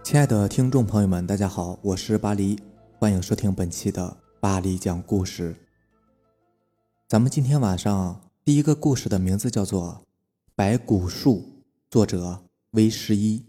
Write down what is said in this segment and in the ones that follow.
亲爱的听众朋友们，大家好，我是巴黎，欢迎收听本期的巴黎讲故事。咱们今天晚上第一个故事的名字叫做《白骨树》，作者V11。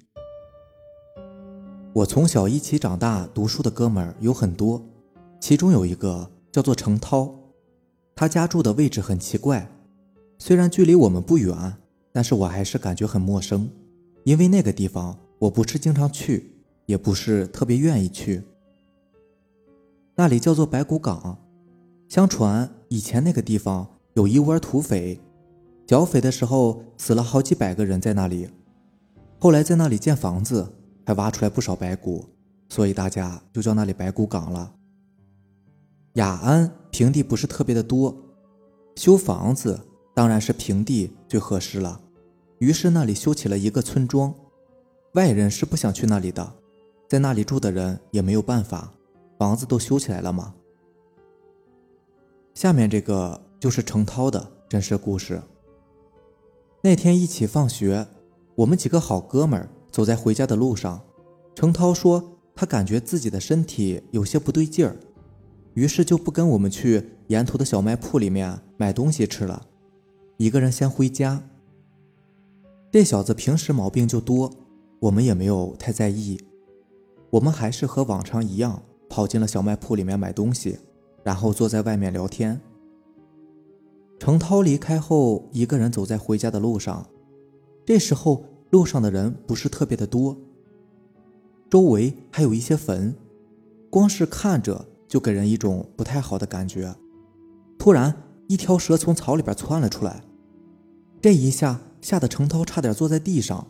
我从小一起长大读书的哥们儿有很多，其中有一个叫做程涛，他家住的位置很奇怪，虽然距离我们不远，但是我还是感觉很陌生，因为那个地方我不是经常去，也不是特别愿意去。那里叫做白骨岗，相传以前那个地方有一窝土匪，剿匪的时候死了好几百个人在那里，后来在那里建房子，还挖出来不少白骨，所以大家就叫那里白骨岗了。雅安平地不是特别的多，修房子当然是平地最合适了，于是那里修起了一个村庄。外人是不想去那里的，在那里住的人也没有办法，房子都修起来了嘛。下面这个就是程涛的真实故事。那天一起放学，我们几个好哥们儿走在回家的路上，程涛说他感觉自己的身体有些不对劲儿，于是就不跟我们去沿途的小卖铺里面买东西吃了，一个人先回家。这小子平时毛病就多，我们也没有太在意，我们还是和往常一样跑进了小卖铺里面买东西，然后坐在外面聊天。程涛离开后，一个人走在回家的路上，这时候路上的人不是特别的多，周围还有一些坟，光是看着就给人一种不太好的感觉。突然一条蛇从草里边窜了出来，这一下吓得程涛差点坐在地上。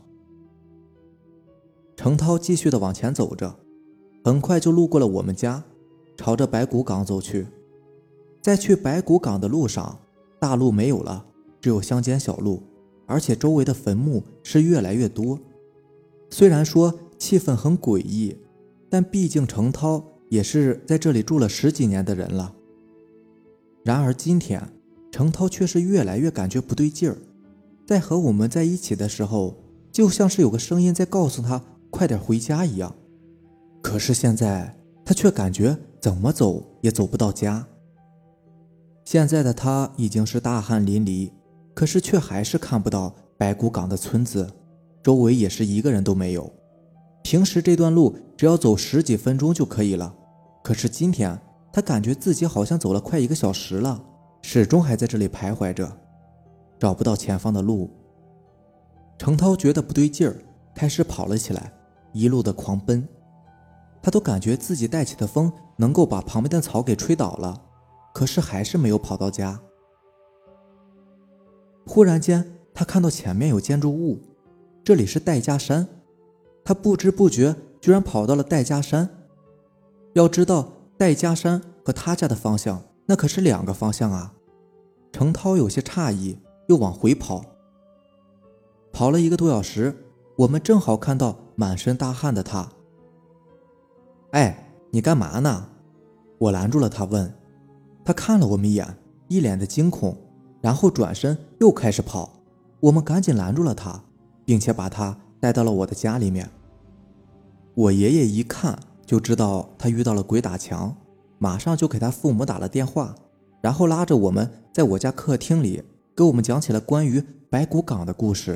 程涛继续的往前走着，很快就路过了我们家，朝着白骨岗走去。在去白骨岗的路上，大路没有了，只有乡间小路，而且周围的坟墓是越来越多。虽然说气氛很诡异，但毕竟程涛也是在这里住了10几年的人了。然而今天程涛却是越来越感觉不对劲儿，在和我们在一起的时候，就像是有个声音在告诉他快点回家一样，可是现在他却感觉怎么走也走不到家。现在的他已经是大汗淋漓，可是却还是看不到白骨岗的村子，周围也是一个人都没有。平时这段路只要走10几分钟就可以了，可是今天他感觉自己好像走了快1个小时了，始终还在这里徘徊着，找不到前方的路。程涛觉得不对劲儿，开始跑了起来，一路的狂奔。他都感觉自己带起的风能够把旁边的草给吹倒了，可是还是没有跑到家。忽然间他看到前面有建筑物，这里是戴家山，他不知不觉居然跑到了戴家山。要知道戴家山和他家的方向那可是2个方向啊。程涛有些诧异，又往回跑。跑了1个多小时，我们正好看到满身大汗的他。哎，你干嘛呢？我拦住了他问。他看了我们一眼，一脸的惊恐，然后转身又开始跑。我们赶紧拦住了他，并且把他带到了我的家里面。我爷爷一看就知道他遇到了鬼打墙，马上就给他父母打了电话，然后拉着我们在我家客厅里给我们讲起了关于白骨岗的故事。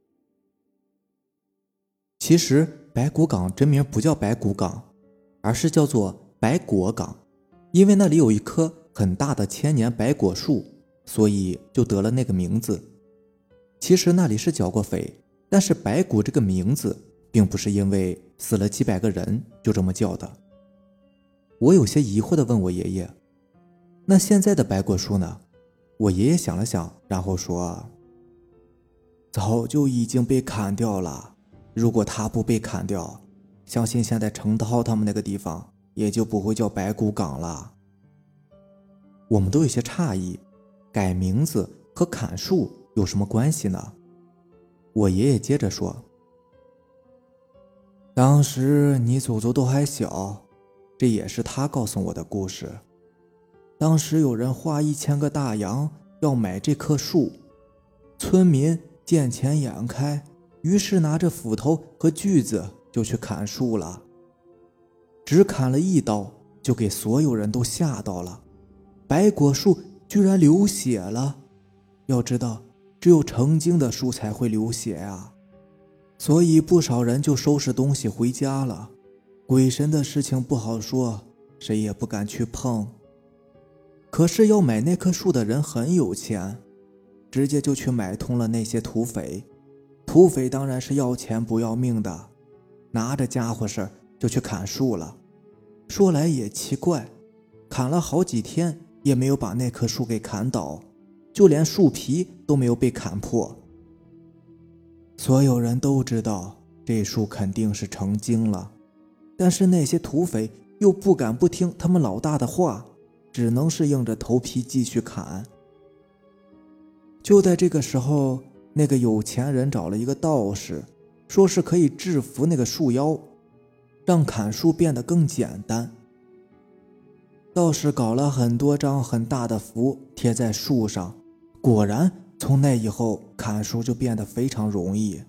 其实白骨岗真名不叫白骨岗，而是叫做白果岗，因为那里有一棵很大的千年白果树，所以就得了那个名字。其实那里是剿过匪，但是白骨这个名字并不是因为死了几百个人就这么叫的。我有些疑惑地问我爷爷，那现在的白果树呢？我爷爷想了想，然后说，早就已经被砍掉了，如果它不被砍掉，相信现在程涛他们那个地方也就不会叫白骨岗了。我们都有些诧异，改名字和砍树有什么关系呢？我爷爷接着说，当时你祖祖都还小，这也是他告诉我的故事。当时有人花1000个大洋要买这棵树，村民见钱眼开，于是拿着斧头和锯子就去砍树了。只砍了一刀，就给所有人都吓到了，白果树居然流血了。要知道，只有成精的树才会流血啊，所以不少人就收拾东西回家了。鬼神的事情不好说，谁也不敢去碰。可是要买那棵树的人很有钱，直接就去买通了那些土匪。土匪当然是要钱不要命的，拿着家伙事就去砍树了。说来也奇怪，砍了好几天也没有把那棵树给砍倒，就连树皮都没有被砍破。所有人都知道这树肯定是成精了，但是那些土匪又不敢不听他们老大的话，只能是硬着头皮继续砍。就在这个时候，那个有钱人找了一个道士，说是可以制服那个树妖，让砍树变得更简单。道士搞了很多张很大的符贴在树上，果然从那以后砍树就变得非常容易。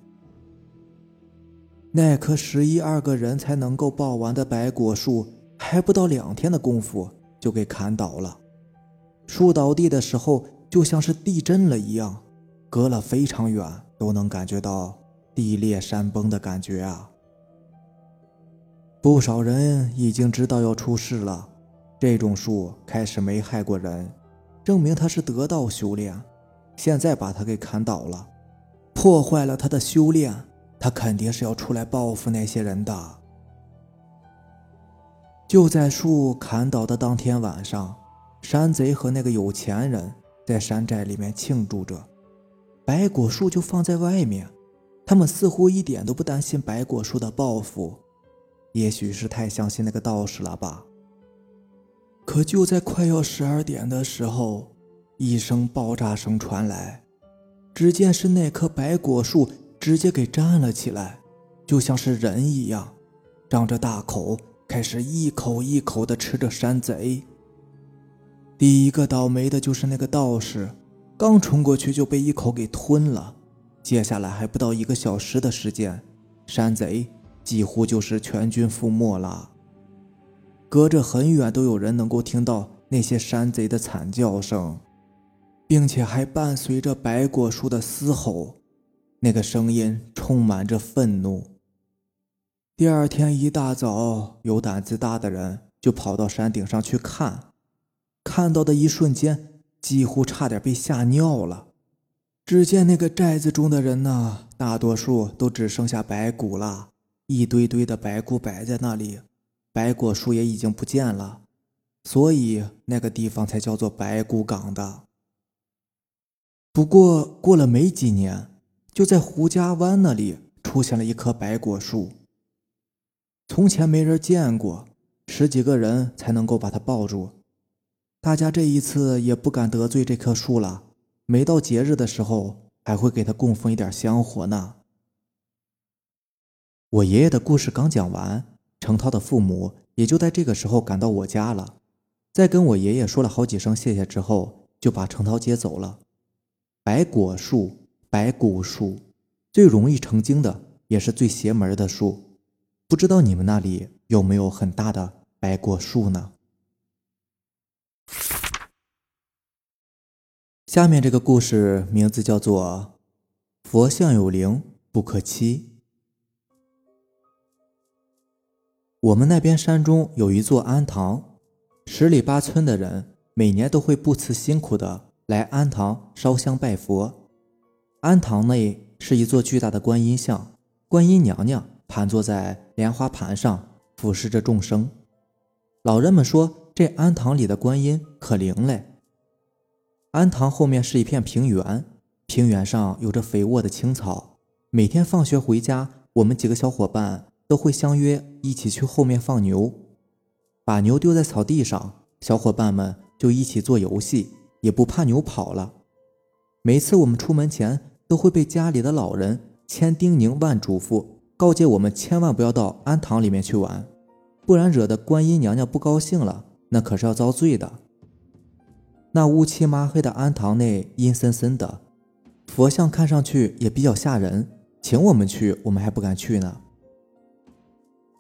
那棵11、2个人才能够抱完的白果树，还不到2天的功夫就给砍倒了。树倒地的时候就像是地震了一样，隔了非常远都能感觉到地裂山崩的感觉啊。不少人已经知道要出事了，这种树开始没害过人，证明他是得道修炼，现在把他给砍倒了，破坏了他的修炼，他肯定是要出来报复那些人的。就在树砍倒的当天晚上，山贼和那个有钱人在山寨里面庆祝着，白果树就放在外面，他们似乎一点都不担心白果树的报复，也许是太相信那个道士了吧。可就在快要12点的时候，一声爆炸声传来，只见是那棵白果树直接给站了起来，就像是人一样，张着大口，开始一口一口地吃着山贼。第一个倒霉的就是那个道士，刚冲过去就被一口给吞了。接下来还不到1个小时的时间，山贼几乎就是全军覆没了。隔着很远都有人能够听到那些山贼的惨叫声，并且还伴随着白果树的嘶吼，那个声音充满着愤怒。第2天一大早，有胆子大的人就跑到山顶上去看，看到的一瞬间几乎差点被吓尿了。只见那个寨子中的人呢，大多数都只剩下白骨了，一堆堆的白骨摆在那里，白果树也已经不见了，所以那个地方才叫做白骨岗的。不过过了没几年，就在胡家湾那里出现了一棵白果树，从前没人见过，10几个人才能够把它抱住。大家这一次也不敢得罪这棵树了，每到节日的时候还会给它供奉一点香火呢。我爷爷的故事刚讲完，程涛的父母也就在这个时候赶到我家了，在跟我爷爷说了好几声谢谢之后，就把程涛接走了。白果树、白骨树，最容易成精的也是最邪门的树，不知道你们那里有没有很大的白果树呢？下面这个故事名字叫做佛像有灵不可欺。我们那边山中有一座庵堂，10里8村的人每年都会不辞辛苦的来庵堂烧香拜佛。庵堂内是一座巨大的观音像，观音娘娘盘坐在莲花盘上，俯视着众生。老人们说这庵堂里的观音可灵嘞。庵堂后面是一片平原，平原上有着肥沃的青草。每天放学回家，我们几个小伙伴都会相约一起去后面放牛，把牛丢在草地上，小伙伴们就一起做游戏，也不怕牛跑了。每次我们出门前都会被家里的老人千叮咛万嘱咐，告诫我们千万不要到庵堂里面去玩，不然惹得观音娘娘不高兴了，那可是要遭罪的。那乌漆麻黑的庵堂内阴森森的，佛像看上去也比较吓人，请我们去我们还不敢去呢。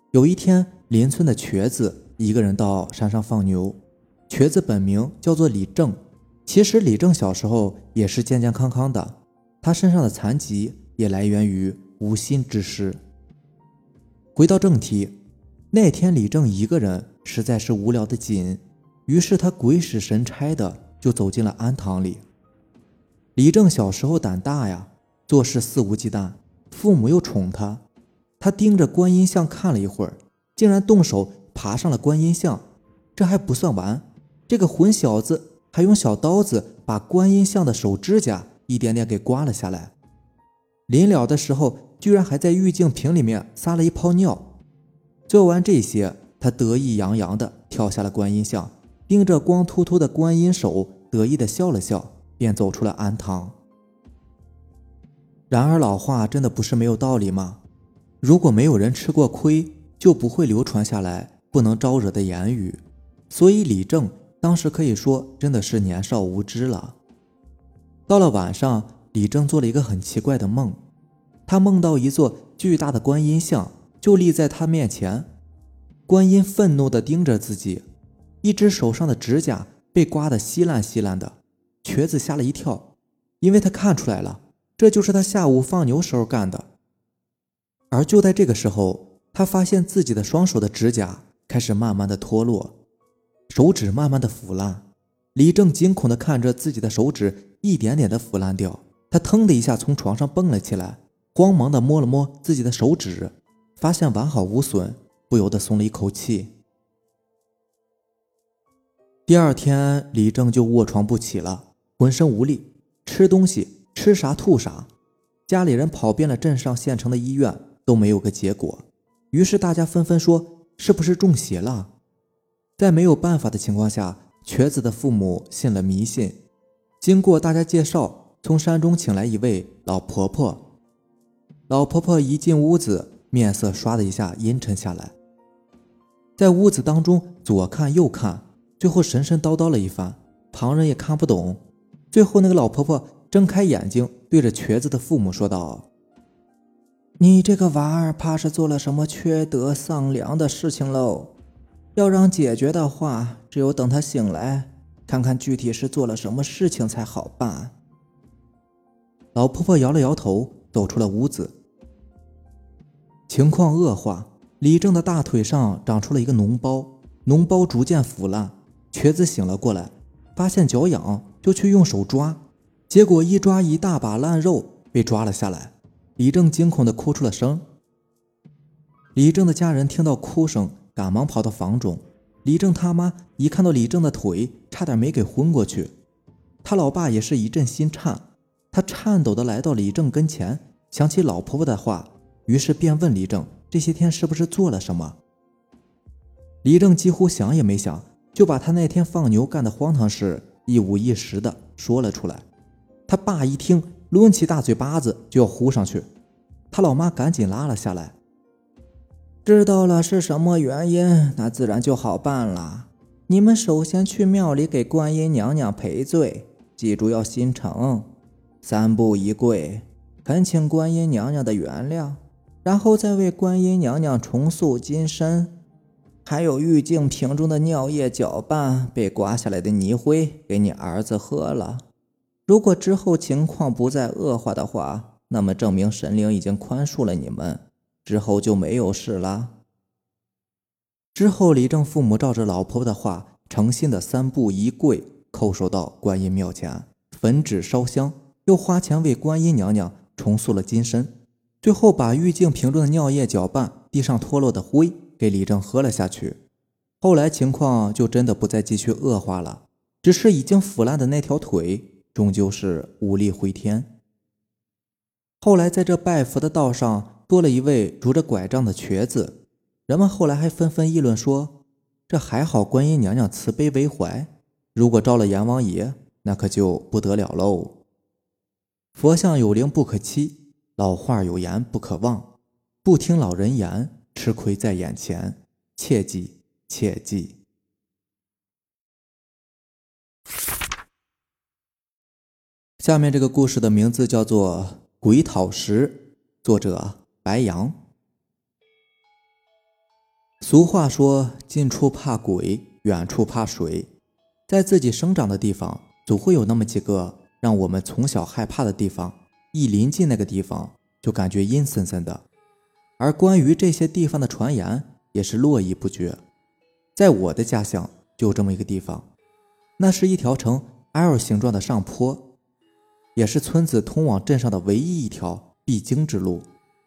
有一天，邻村的瘸子一个人到山上放牛。瘸子本名叫做李正，其实李正小时候也是健健康康的，他身上的残疾也来源于无心之失。回到正题，那天李正一个人实在是无聊的紧，于是他鬼使神差的就走进了庵堂里。李正小时候胆大呀，做事肆无忌惮，父母又宠他，他盯着观音像看了一会儿，竟然动手爬上了观音像。这还不算完，这个混小子还用小刀子把观音像的手指甲一点点给刮了下来。临了的时候，居然还在玉净瓶里面撒了一泡尿。做完这些，他得意洋洋地跳下了观音像，盯着光秃秃的观音手，得意地笑了笑，便走出了庵堂。然而老话真的不是没有道理吗？如果没有人吃过亏，就不会流传下来不能招惹的言语。所以李正当时可以说真的是年少无知了。到了晚上，李正做了一个很奇怪的梦，他梦到一座巨大的观音像就立在他面前，观音愤怒地盯着自己，一只手上的指甲被刮得稀烂稀烂的。瘸子吓了一跳，因为他看出来了，这就是他下午放牛时候干的。而就在这个时候，他发现自己的双手的指甲开始慢慢的脱落，手指慢慢的腐烂。李正惊恐地看着自己的手指一点点的腐烂掉，他腾的一下从床上蹦了起来，慌忙地摸了摸自己的手指，发现完好无损，不由得松了一口气。第二天，李正就卧床不起了，浑身无力，吃东西吃啥吐啥，家里人跑遍了镇上县城的医院都没有个结果，于是大家纷纷说是不是中邪了。在没有办法的情况下，瘸子的父母信了迷信，经过大家介绍，从山中请来一位老婆婆。老婆婆一进屋子，面色唰的一下阴沉下来，在屋子当中左看右看，最后神神叨叨了一番，旁人也看不懂。最后那个老婆婆睁开眼睛，对着瘸子的父母说道：你这个娃儿怕是做了什么缺德丧良的事情喽，要让解决的话，只有等他醒来，看看具体是做了什么事情才好办。老婆婆摇了摇头，走出了屋子。情况恶化，李正的大腿上长出了一个脓包，脓包逐渐腐烂。瘸子醒了过来，发现脚痒，就去用手抓，结果一抓一大把烂肉被抓了下来。李正惊恐地哭出了声。李正的家人听到哭声，赶忙跑到房中。李正他妈一看到李正的腿，差点没给昏过去。他老爸也是一阵心颤，他颤抖地来到李正跟前，想起老婆婆的话，于是便问李正这些天是不是做了什么。李正几乎想也没想，就把他那天放牛干的荒唐事一五一十地说了出来。他爸一听，抡起大嘴巴子就要呼上去，他老妈赶紧拉了下来。知道了是什么原因，那自然就好办了。你们首先去庙里给观音娘娘赔罪，记住要心诚，三步一跪，恳请观音娘娘的原谅，然后再为观音娘娘重塑金身。还有玉净瓶中的尿液搅拌被刮下来的泥灰给你儿子喝了。如果之后情况不再恶化的话，那么证明神灵已经宽恕了你们，之后就没有事了。之后李正父母照着老婆婆的话，诚心的三步一跪，叩首到观音庙前，焚纸烧香，又花钱为观音娘娘重塑了金身，最后把玉净瓶中的尿液搅拌地上脱落的灰给李正喝了下去。后来情况就真的不再继续恶化了，只是已经腐烂的那条腿终究是无力回天。后来在这拜佛的道上多了一位拄着拐杖的瘸子，人们后来还纷纷议论说，这还好观音娘娘慈悲为怀，如果招了阎王爷，那可就不得了喽。佛像有灵不可欺，老话有言不可忘，不听老人言，吃亏在眼前，切记切记。下面这个故事的名字叫做《鬼讨食》，作者白杨。 俗话说近处怕鬼，远处怕水。在自己生长的地方，总会有那么几个让我们从小害怕的地方，一临近那个地方就感觉阴森森的。而关于这些地方的传言也是络绎不绝。在我的家乡就有这么一个地方，那是一条呈 L 形状的上坡，也是村子通往镇上的唯一一条必经之路。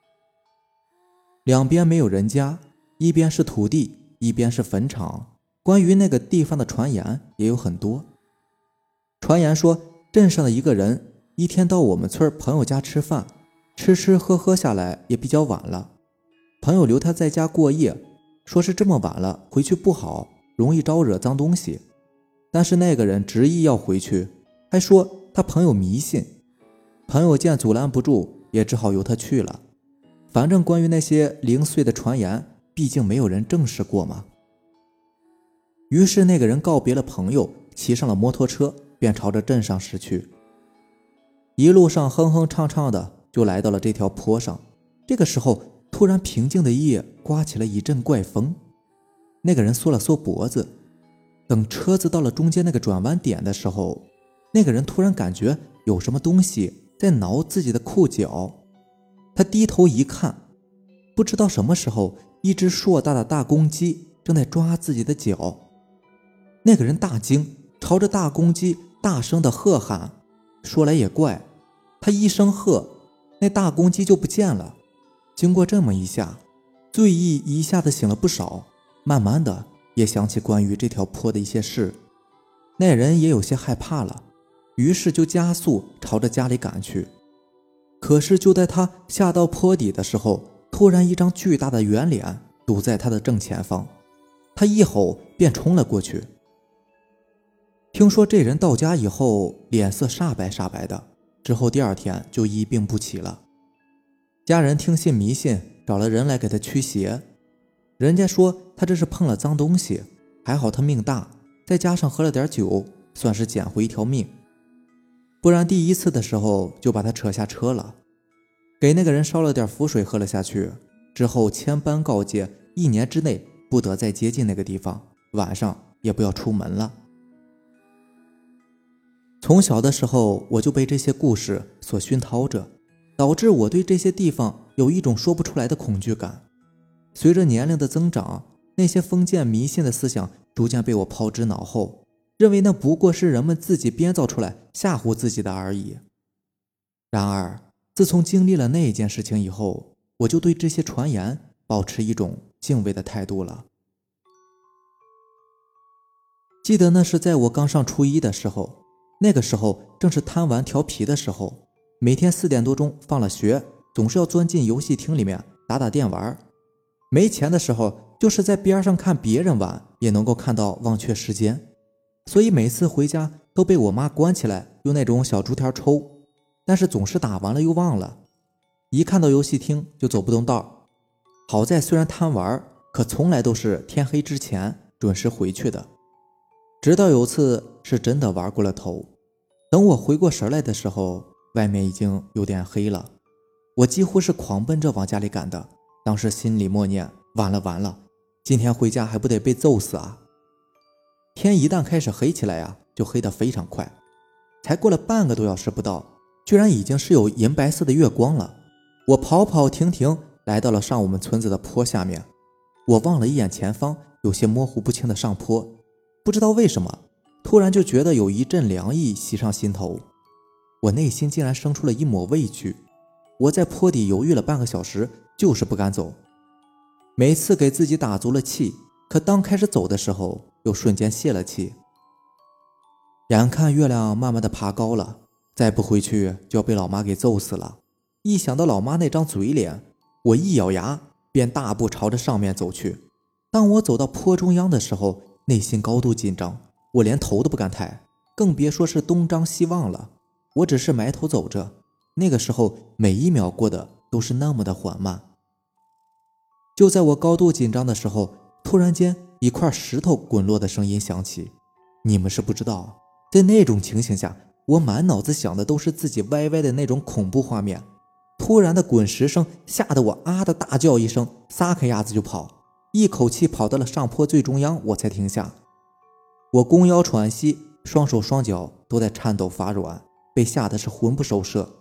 两边没有人家，一边是土地，一边是坟场。关于那个地方的传言也有很多。传言说，镇上的一个人一天到我们村朋友家吃饭，吃喝下来也比较晚了。朋友留他在家过夜，说是这么晚了回去不好，容易招惹脏东西。但是那个人执意要回去，还说他朋友迷信。朋友见阻拦不住，也只好由他去了。反正关于那些零碎的传言，毕竟没有人证实过嘛。于是那个人告别了朋友，骑上了摩托车，便朝着镇上驶去。一路上哼哼唱唱的，就来到了这条坡上。这个时候，突然平静的夜刮起了一阵怪风。那个人缩了缩脖子，等车子到了中间那个转弯点的时候，那个人突然感觉有什么东西在挠自己的裤脚。他低头一看，不知道什么时候，一只硕大的大公鸡正在抓自己的脚。那个人大惊，朝着大公鸡大声的喝喊。说来也怪，他一声喝，那大公鸡就不见了。经过这么一下，醉意一下子醒了不少，慢慢的也想起关于这条坡的一些事。那人也有些害怕了，于是就加速朝着家里赶去。可是就在他下到坡底的时候，突然一张巨大的圆脸堵在他的正前方，他一吼便冲了过去。听说这人到家以后脸色煞白的，之后第二天就一病不起了。家人听信迷信，找了人来给他驱邪。人家说他这是碰了脏东西，还好他命大，再加上喝了点酒，算是捡回一条命。不然第一次的时候就把他扯下车了。给那个人烧了点符水喝了下去，之后千般告诫，1年之内不得再接近那个地方，晚上也不要出门了。从小的时候我就被这些故事所熏陶着，导致我对这些地方有一种说不出来的恐惧感。随着年龄的增长，那些封建迷信的思想逐渐被我抛之脑后，认为那不过是人们自己编造出来吓唬自己的而已。然而自从经历了那件事情以后，我就对这些传言保持一种敬畏的态度了。记得那是在我刚上初一的时候，那个时候正是贪玩调皮的时候，每天4点多钟放了学，总是要钻进游戏厅里面打电玩。没钱的时候，就是在边上看别人玩，也能够看到忘却时间。所以每次回家都被我妈关起来，用那种小竹条抽，但是总是打完了又忘了，一看到游戏厅就走不动道。好在虽然贪玩，可从来都是天黑之前准时回去的。直到有次是真的玩过了头，等我回过神来的时候，外面已经有点黑了。我几乎是狂奔着往家里赶的，当时心里默念，完了，今天回家还不得被揍死啊。天一旦开始黑起来呀，就黑得非常快，才过了半个多小时不到，居然已经是有银白色的月光了。我跑停来到了上我们村子的坡下面，我望了一眼前方有些模糊不清的上坡，不知道为什么突然就觉得有一阵凉意袭上心头，我内心竟然生出了一抹畏惧。我在坡底犹豫了半个小时，就是不敢走。每次给自己打足了气，可当开始走的时候又瞬间泄了气。眼看月亮慢慢的爬高了，再不回去就要被老妈给揍死了。一想到老妈那张嘴脸，我一咬牙便大步朝着上面走去。当我走到坡中央的时候，内心高度紧张，我连头都不敢抬，更别说是东张西望了。我只是埋头走着，那个时候每一秒过得都是那么的缓慢。就在我高度紧张的时候，突然间一块石头滚落的声音响起。你们是不知道，在那种情形下，我满脑子想的都是自己歪的那种恐怖画面。突然的滚石声吓得我啊的大叫一声，撒开鸭子就跑。 一口气跑到了上坡最中央，我才停下。我弓腰喘息，双手双脚都在颤抖发软，被吓得是魂不守舍。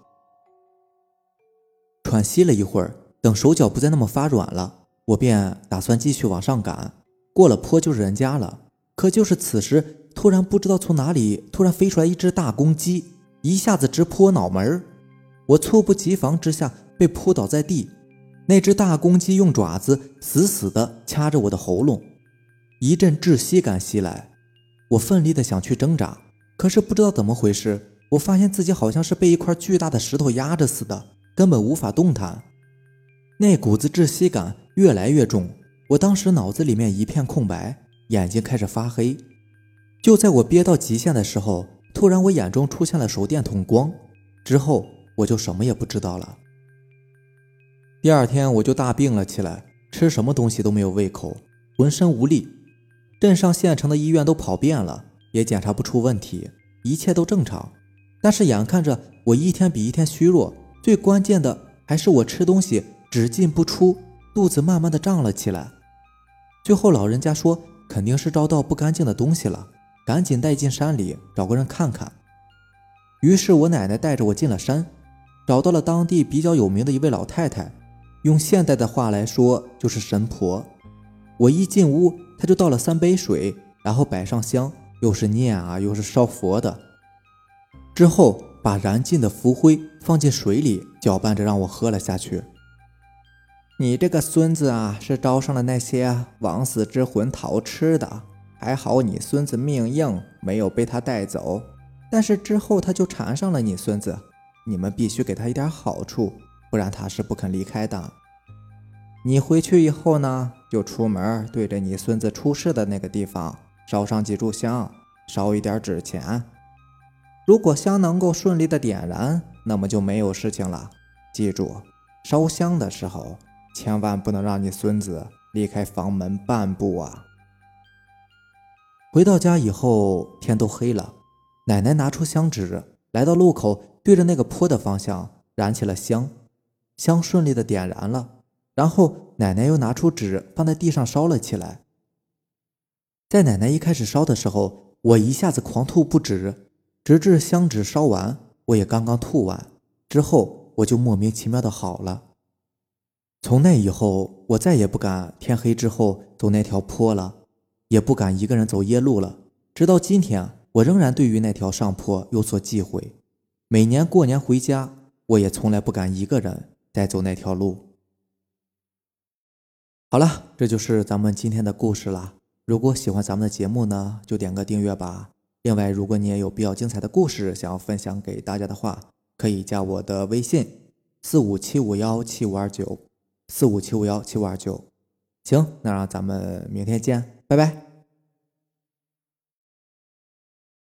喘息了一会儿，等手脚不再那么发软了，我便打算继续往上赶。过了坡就是人家了，可就是此时，突然不知道从哪里突然飞出来一只大公鸡，一下子直扑我脑门。我猝不及防之下被扑倒在地，那只大公鸡用爪子死死地掐着我的喉咙，一阵窒息感袭来。我奋力地想去挣扎，可是不知道怎么回事，我发现自己好像是被一块巨大的石头压着似的，根本无法动弹。那股子窒息感越来越重，我当时脑子里面一片空白，眼睛开始发黑。就在我憋到极限的时候，突然我眼中出现了手电筒光，之后我就什么也不知道了。第二天我就大病了起来，吃什么东西都没有胃口，浑身无力。镇上县城的医院都跑遍了，也检查不出问题，一切都正常。但是眼看着我一天比一天虚弱，最关键的还是我吃东西只进不出，肚子慢慢的胀了起来。最后老人家说肯定是招到不干净的东西了，赶紧带进山里找个人看看。于是我奶奶带着我进了山，找到了当地比较有名的一位老太太，用现代的话来说就是神婆。我一进屋，她就倒了3杯水，然后摆上香，又是念啊又是烧佛的，之后把燃尽的符灰放进水里搅拌着让我喝了下去。你这个孙子啊，是招上了那些枉死之魂讨吃的，还好你孙子命硬，没有被他带走，但是之后他就缠上了你孙子，你们必须给他一点好处，不然他是不肯离开的。你回去以后呢，就出门对着你孙子出事的那个地方烧上几炷香，烧一点纸钱。如果香能够顺利的点燃，那么就没有事情了。记住，烧香的时候千万不能让你孙子离开房门半步啊。回到家以后，天都黑了，奶奶拿出香纸，来到路口，对着那个坡的方向燃起了香，香顺利的点燃了。然后奶奶又拿出纸放在地上烧了起来。在奶奶一开始烧的时候，我一下子狂吐不止，直至香纸烧完，我也刚刚吐完，之后我就莫名其妙的好了。从那以后，我再也不敢天黑之后走那条坡了，也不敢一个人走夜路了。直到今天，我仍然对于那条上坡有所忌讳。每年过年回家，我也从来不敢一个人再走那条路。好了，这就是咱们今天的故事了。如果喜欢咱们的节目呢，就点个订阅吧。另外，如果你也有比较精彩的故事想要分享给大家的话，可以加我的微信457517529，457517529。行，那让咱们明天见，拜拜。